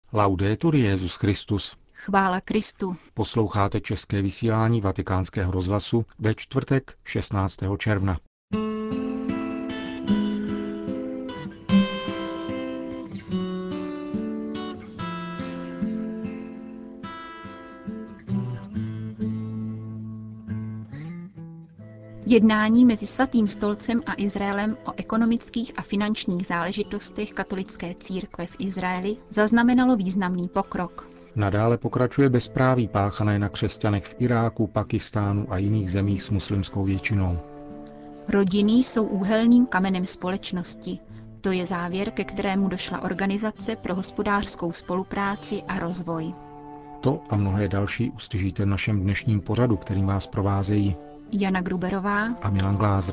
Laudetur Jesus Christus. Chvála Kristu. Posloucháte české vysílání Vatikánského rozhlasu ve čtvrtek 16. června. Jednání mezi Svatým stolcem a Izraelem o ekonomických a finančních záležitostech katolické církve v Izraeli zaznamenalo významný pokrok. Nadále pokračuje bezpráví páchané na křesťanech v Iráku, Pakistánu a jiných zemích s muslimskou většinou. Rodiny jsou úhelným kamenem společnosti. To je závěr, ke kterému došla Organizace pro hospodářskou spolupráci a rozvoj. To a mnohé další uslyšíte v našem dnešním pořadu, který vás provázejí Jana Gruberová a Milan Glázer.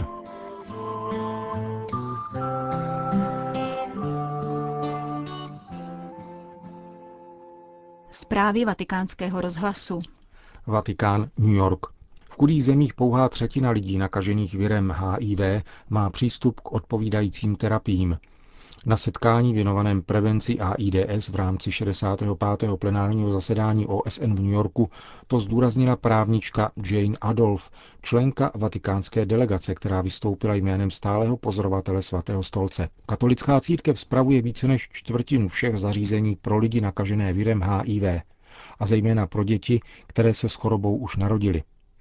Zprávy Vatikánského rozhlasu. Vatikán, New York. V chudých zemích pouhá třetina lidí nakažených virem HIV má přístup k odpovídajícím terapiím. Na setkání věnovaném prevenci AIDS v rámci 65. plenárního zasedání OSN v New Yorku to zdůraznila právnička Jane Adolf, členka vatikánské delegace, která vystoupila jménem stálého pozorovatele Svatého stolce. Katolická církev spravuje více než čtvrtinu všech zařízení pro lidi nakažené virem HIV a zejména pro děti, které se s chorobou už narodily.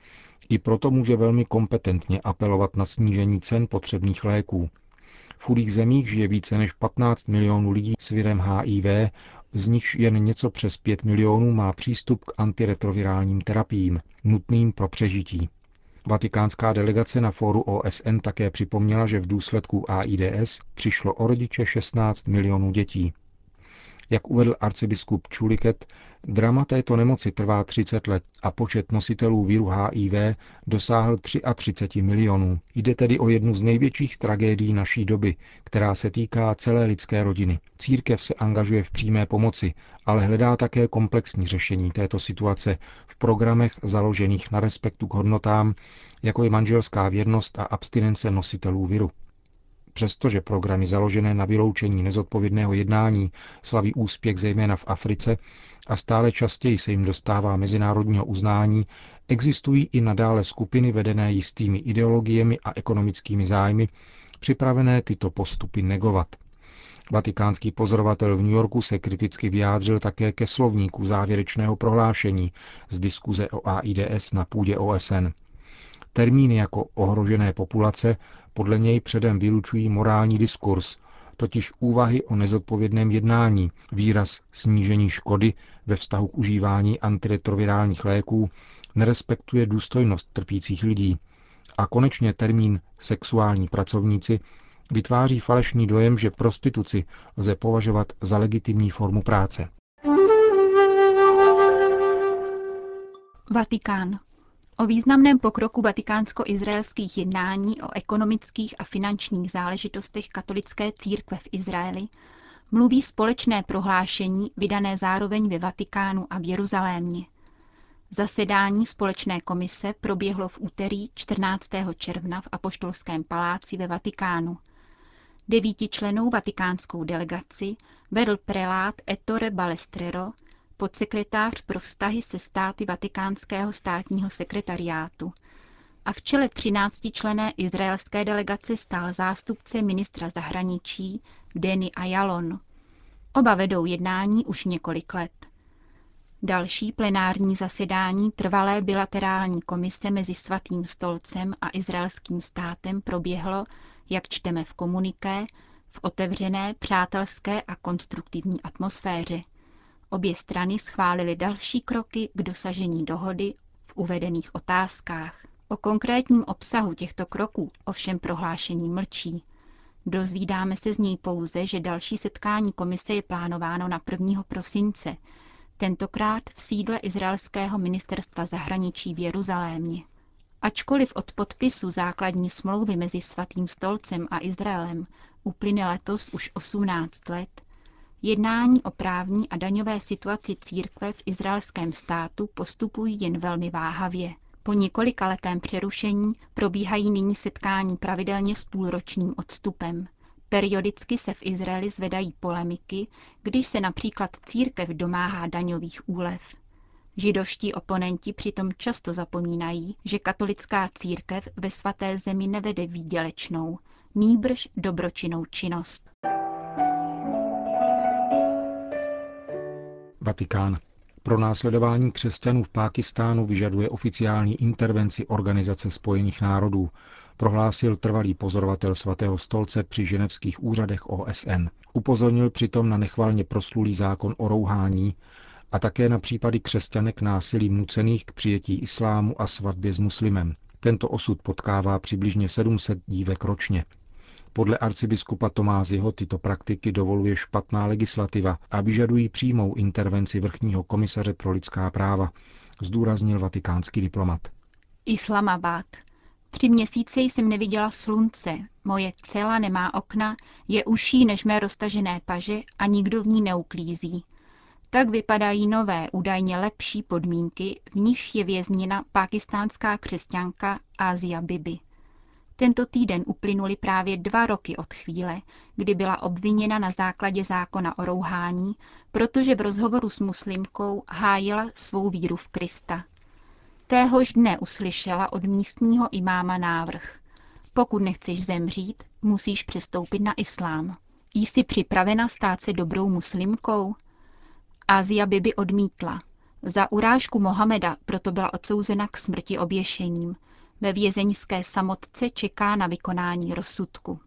I proto může velmi kompetentně apelovat na snížení cen potřebných léků. V chudých zemích žije více než 15 milionů lidí s virem HIV, z nichž jen něco přes 5 milionů má přístup k antiretrovirálním terapiím, nutným pro přežití. Vatikánská delegace na fóru OSN také připomněla, že v důsledku AIDS přišlo o rodiče 16 milionů dětí. Jak uvedl arcibiskup Čuliket, drama této nemoci trvá 30 let a počet nositelů viru HIV dosáhl 33 milionů. Jde tedy o jednu z největších tragédií naší doby, která se týká celé lidské rodiny. Církev se angažuje v přímé pomoci, ale hledá také komplexní řešení této situace v programech založených na respektu k hodnotám, jako je manželská věrnost a abstinence nositelů viru. Přestože programy založené na vyloučení nezodpovědného jednání slaví úspěch zejména v Africe a stále častěji se jim dostává mezinárodního uznání, existují i nadále skupiny vedené jistými ideologiemi a ekonomickými zájmy, připravené tyto postupy negovat. Vatikánský pozorovatel v New Yorku se kriticky vyjádřil také ke slovníku závěrečného prohlášení z diskuze o AIDS na půdě OSN. Termíny jako ohrožené populace podle něj předem vylučují morální diskurs, totiž úvahy o nezodpovědném jednání, výraz snížení škody ve vztahu k užívání antiretrovirálních léků nerespektuje důstojnost trpících lidí a konečně termín sexuální pracovníci vytváří falešný dojem, že prostituci lze považovat za legitimní formu práce. Vatikán. O významném pokroku vatikánsko-izraelských jednání o ekonomických a finančních záležitostech katolické církve v Izraeli mluví společné prohlášení vydané zároveň ve Vatikánu a v Jeruzalémě. Zasedání společné komise proběhlo v úterý 14. června v Apoštolském paláci ve Vatikánu. 9člennou vatikánskou delegaci vedl prelát Ettore Balestrero, podsekretář pro vztahy se státy Vatikánského státního sekretariátu, a v čele 13členné izraelské delegace stál zástupce ministra zahraničí Denny Ayalon. Oba vedou jednání už několik let. Další plenární zasedání trvalé bilaterální komise mezi Svatým stolcem a izraelským státem proběhlo, jak čteme v komuniké, v otevřené, přátelské a konstruktivní atmosféře. Obě strany schválily další kroky k dosažení dohody v uvedených otázkách. O konkrétním obsahu těchto kroků ovšem prohlášení mlčí. Dozvídáme se z něj pouze, že další setkání komise je plánováno na 1. prosince, tentokrát v sídle izraelského ministerstva zahraničí v Jeruzalémě. Ačkoliv od podpisu základní smlouvy mezi Svatým stolcem a Izraelem uplyne letos už 18 let, jednání o právní a daňové situaci církve v izraelském státu postupují jen velmi váhavě. Po několikaletém přerušení probíhají nyní setkání pravidelně s půlročním odstupem. Periodicky se v Izraeli zvedají polemiky, když se například církev domáhá daňových úlev. Židovští oponenti přitom často zapomínají, že katolická církev ve svaté zemi nevede výdělečnou, nýbrž dobročinnou činnost. Vatikán. Pronásledování křesťanů v Pákistánu vyžaduje oficiální intervenci Organizace spojených národů, prohlásil trvalý pozorovatel Svatého stolce při ženevských úřadech OSN. Upozornil přitom na nechvalně proslulý zákon o rouhání a také na případy křesťanek násilí nucených k přijetí islámu a svatbě s muslimem. Tento osud potkává přibližně 700 dívek ročně. Podle arcibiskupa Tomáziho tyto praktiky dovoluje špatná legislativa a vyžadují přímou intervenci vrchního komisaře pro lidská práva, zdůraznil vatikánský diplomat. Islamabad. 3 měsíce jsem neviděla slunce, moje cela nemá okna, je užší než mé roztažené paže a nikdo v ní neuklízí. Tak vypadají nové, údajně lepší podmínky, v nichž je vězněna pákistánská křesťanka Asia Bibi. Tento týden uplynuly právě 2 roky od chvíle, kdy byla obviněna na základě zákona o rouhání, protože v rozhovoru s muslimkou hájila svou víru v Krista. Téhož dne uslyšela od místního imáma návrh. Pokud nechceš zemřít, musíš přestoupit na islám. Jsi připravena stát se dobrou muslimkou? Asia Bibi odmítla. Za urážku Mohameda proto byla odsouzena k smrti oběšením. Ve vězeňské samotce čeká na vykonání rozsudku.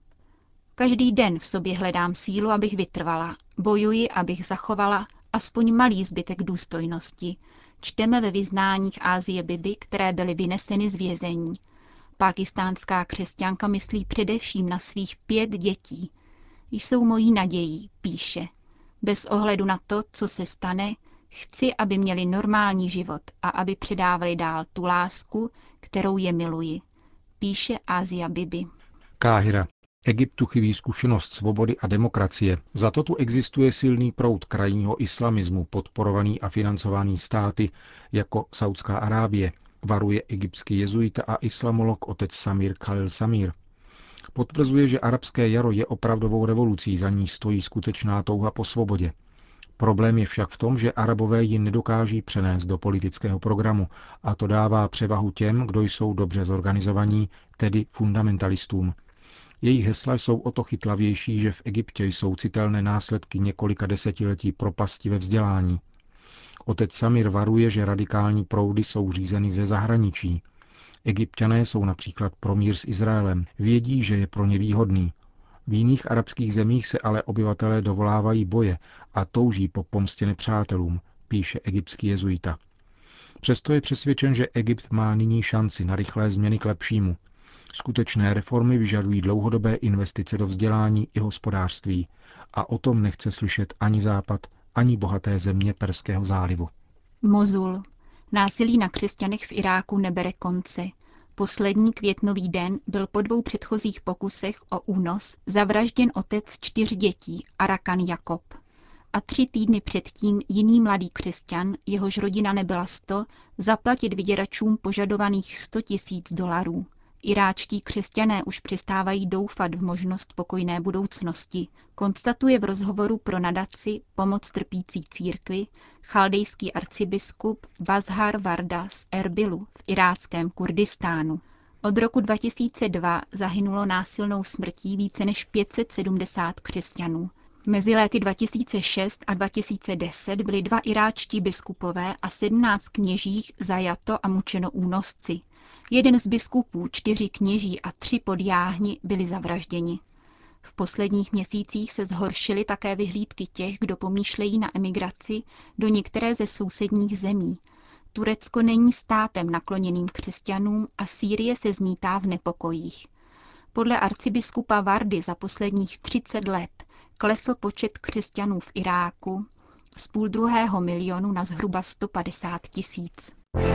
Každý den v sobě hledám sílu, abych vytrvala. Bojuji, abych zachovala aspoň malý zbytek důstojnosti. Čteme ve vyznáních Asie Bibi, které byly vyneseny z vězení. Pákistánská křesťanka myslí především na svých 5 dětí. Jsou mojí nadějí, píše. Bez ohledu na to, co se stane, chci, aby měli normální život a aby předávali dál tu lásku, kterou je miluji, píše Asia Bibi. Káhira. Egyptu chybí zkušenost svobody a demokracie. Za to tu existuje silný proud krajního islamismu, podporovaný a financovaný státy jako Saudská Arábie, varuje egyptský jezuita a islamolog otec Samir Khalil Samir. Potvrzuje, že arabské jaro je opravdovou revolucí, za ní stojí skutečná touha po svobodě. Problém je však v tom, že Arabové ji nedokáží přenést do politického programu a to dává převahu těm, kdo jsou dobře zorganizovaní, tedy fundamentalistům. Jejich hesla jsou o to chytlavější, že v Egyptě jsou citelné následky několika desetiletí propasti ve vzdělání. Otec Samir varuje, že radikální proudy jsou řízeny ze zahraničí. Egypťané jsou například pro mír s Izraelem, vědí, že je pro ně výhodný. V jiných arabských zemích se ale obyvatelé dovolávají boje a touží po pomstě nepřátelům, píše egyptský jezuita. Přesto je přesvědčen, že Egypt má nyní šanci na rychlé změny k lepšímu. Skutečné reformy vyžadují dlouhodobé investice do vzdělání i hospodářství a o tom nechce slyšet ani Západ, ani bohaté země Perského zálivu. Mosul. Násilí na křesťanech v Iráku nebere konce. Poslední květnový den byl po 2 předchozích pokusech o únos zavražděn otec 4 dětí, Arakan Jakob. A 3 týdny předtím jiný mladý křesťan, jehož rodina nebyla 100, zaplatit vyděračům požadovaných $100,000. Iráčtí křesťané už přestávají doufat v možnost pokojné budoucnosti, konstatuje v rozhovoru pro nadaci Pomoc trpící církvi chaldejský arcibiskup Bazhar Varda z Erbilu v iráckém Kurdistánu. Od roku 2002 zahynulo násilnou smrtí více než 570 křesťanů. Mezi léty 2006 a 2010 byli 2 iráčtí biskupové a 17 kněžích zajato a mučeno únosci. Jeden z biskupů, 4 kněží a 3 podjáhni byli zavražděni. V posledních měsících se zhoršily také vyhlídky těch, kdo pomýšlejí na emigraci do některé ze sousedních zemí. Turecko není státem nakloněným křesťanům a Sýrie se zmítá v nepokojích. Podle arcibiskupa Vardy za posledních 30 let klesl počet křesťanů v Iráku z 1,5 milionu na zhruba 150 000.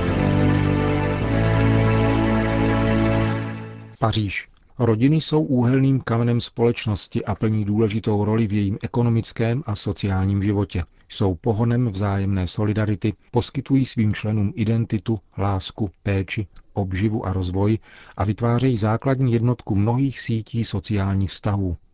Paříž. Rodiny jsou úhelným kamenem společnosti a plní důležitou roli v jejím ekonomickém a sociálním životě. Jsou pohonem vzájemné solidarity, poskytují svým členům identitu, lásku, péči, obživu a rozvoj a vytvářejí základní jednotku mnohých sítí sociálních vztahů.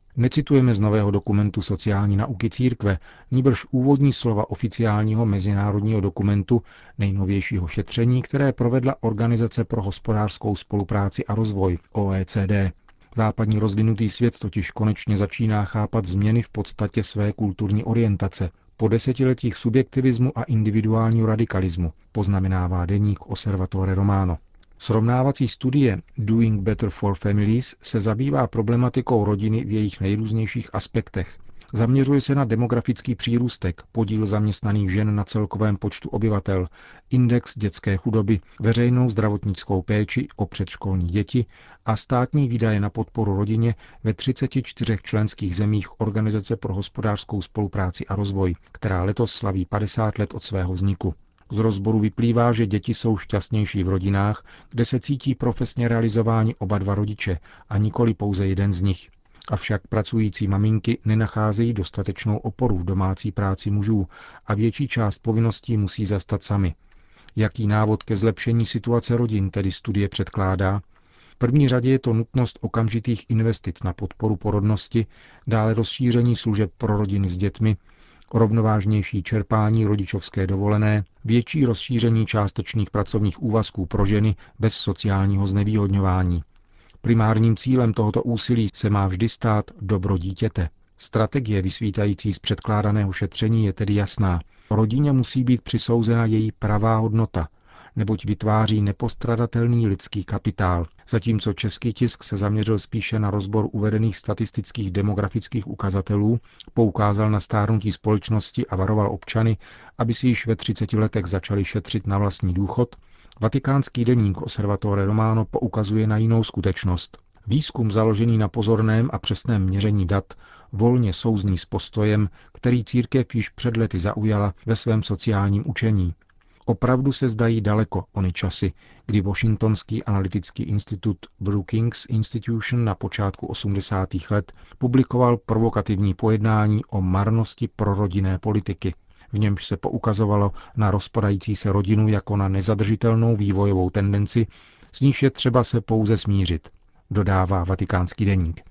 Necitujeme z nového dokumentu sociální nauky církve, nýbrž úvodní slova oficiálního mezinárodního dokumentu nejnovějšího šetření, které provedla Organizace pro hospodářskou spolupráci a rozvoj OECD. Západní rozvinutý svět totiž konečně začíná chápat změny v podstatě své kulturní orientace po desetiletích subjektivismu a individuálního radikalismu, poznamenává deník Osservatore Romano. Srovnávací studie Doing Better for Families se zabývá problematikou rodiny v jejich nejrůznějších aspektech. Zaměřuje se na demografický přírůstek, podíl zaměstnaných žen na celkovém počtu obyvatel, index dětské chudoby, veřejnou zdravotnickou péči o předškolní děti a státní výdaje na podporu rodině ve 34 členských zemích Organizace pro hospodářskou spolupráci a rozvoj, která letos slaví 50 let od svého vzniku. Z rozboru vyplývá, že děti jsou šťastnější v rodinách, kde se cítí profesně realizováni oba dva rodiče a nikoli pouze jeden z nich. Avšak pracující maminky nenacházejí dostatečnou oporu v domácí práci mužů a větší část povinností musí zastat sami. Jaký návod ke zlepšení situace rodin tedy studie předkládá? V první řadě je to nutnost okamžitých investic na podporu porodnosti, dále rozšíření služeb pro rodiny s dětmi, rovnovážnější čerpání rodičovské dovolené, větší rozšíření částečných pracovních úvazků pro ženy bez sociálního znevýhodňování. Primárním cílem tohoto úsilí se má vždy stát dobro dítěte. Strategie vysvítající z předkládaného šetření je tedy jasná. Rodině musí být přisouzena její pravá hodnota, neboť vytváří nepostradatelný lidský kapitál, zatímco český tisk se zaměřil spíše na rozbor uvedených statistických demografických ukazatelů, poukázal na stárnutí společnosti a varoval občany, aby si již ve 30 letech začali šetřit na vlastní důchod. Vatikánský deník Osservatore Romano poukazuje na jinou skutečnost. Výzkum založený na pozorném a přesném měření dat volně souzní s postojem, který církev již před lety zaujala ve svém sociálním učení. Opravdu se zdají daleko ony časy, kdy Washingtonský analytický institut Brookings Institution na počátku 80. let publikoval provokativní pojednání o marnosti prorodinné politiky. V němž se poukazovalo na rozpadající se rodinu jako na nezadržitelnou vývojovou tendenci, s níž je třeba se pouze smířit, dodává Vatikánský deník.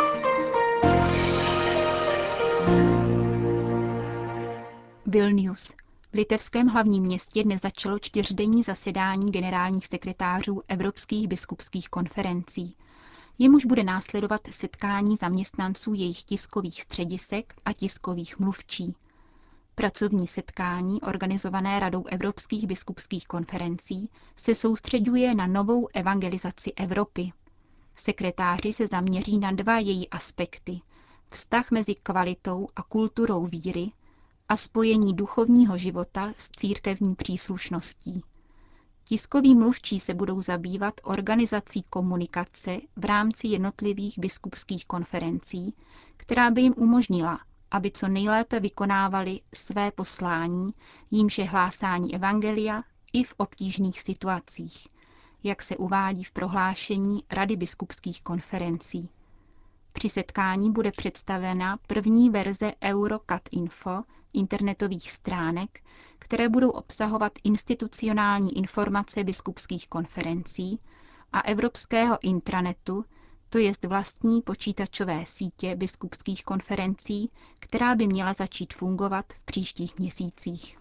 Vilnius. V litevském hlavním městě dnes začalo 4denní zasedání generálních sekretářů Evropských biskupských konferencí. Jemuž bude následovat setkání zaměstnanců jejich tiskových středisek a tiskových mluvčí. Pracovní setkání, organizované Radou Evropských biskupských konferencí, se soustřeďuje na novou evangelizaci Evropy. Sekretáři se zaměří na dva její aspekty: vztah mezi kvalitou a kulturou víry a spojení duchovního života s církevní příslušností. Tiskoví mluvčí se budou zabývat organizací komunikace v rámci jednotlivých biskupských konferencí, která by jim umožnila, aby co nejlépe vykonávali své poslání, jímž je hlásání evangelia i v obtížných situacích, jak se uvádí v prohlášení Rady biskupských konferencí. Při setkání bude představena první verze Eurocat Info, internetových stránek, které budou obsahovat institucionální informace biskupských konferencí a evropského intranetu, to jest vlastní počítačové sítě biskupských konferencí, která by měla začít fungovat v příštích měsících.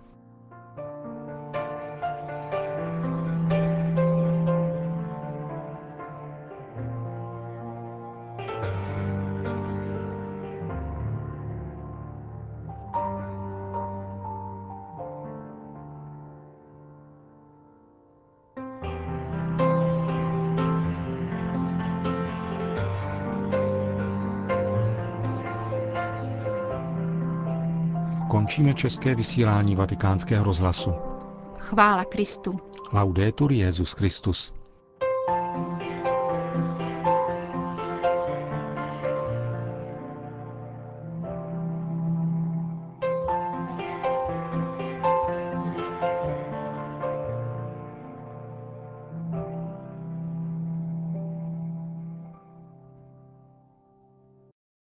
Končíme české vysílání Vatikánského rozhlasu. Chvála Kristu. Laudetur Jesus Christus.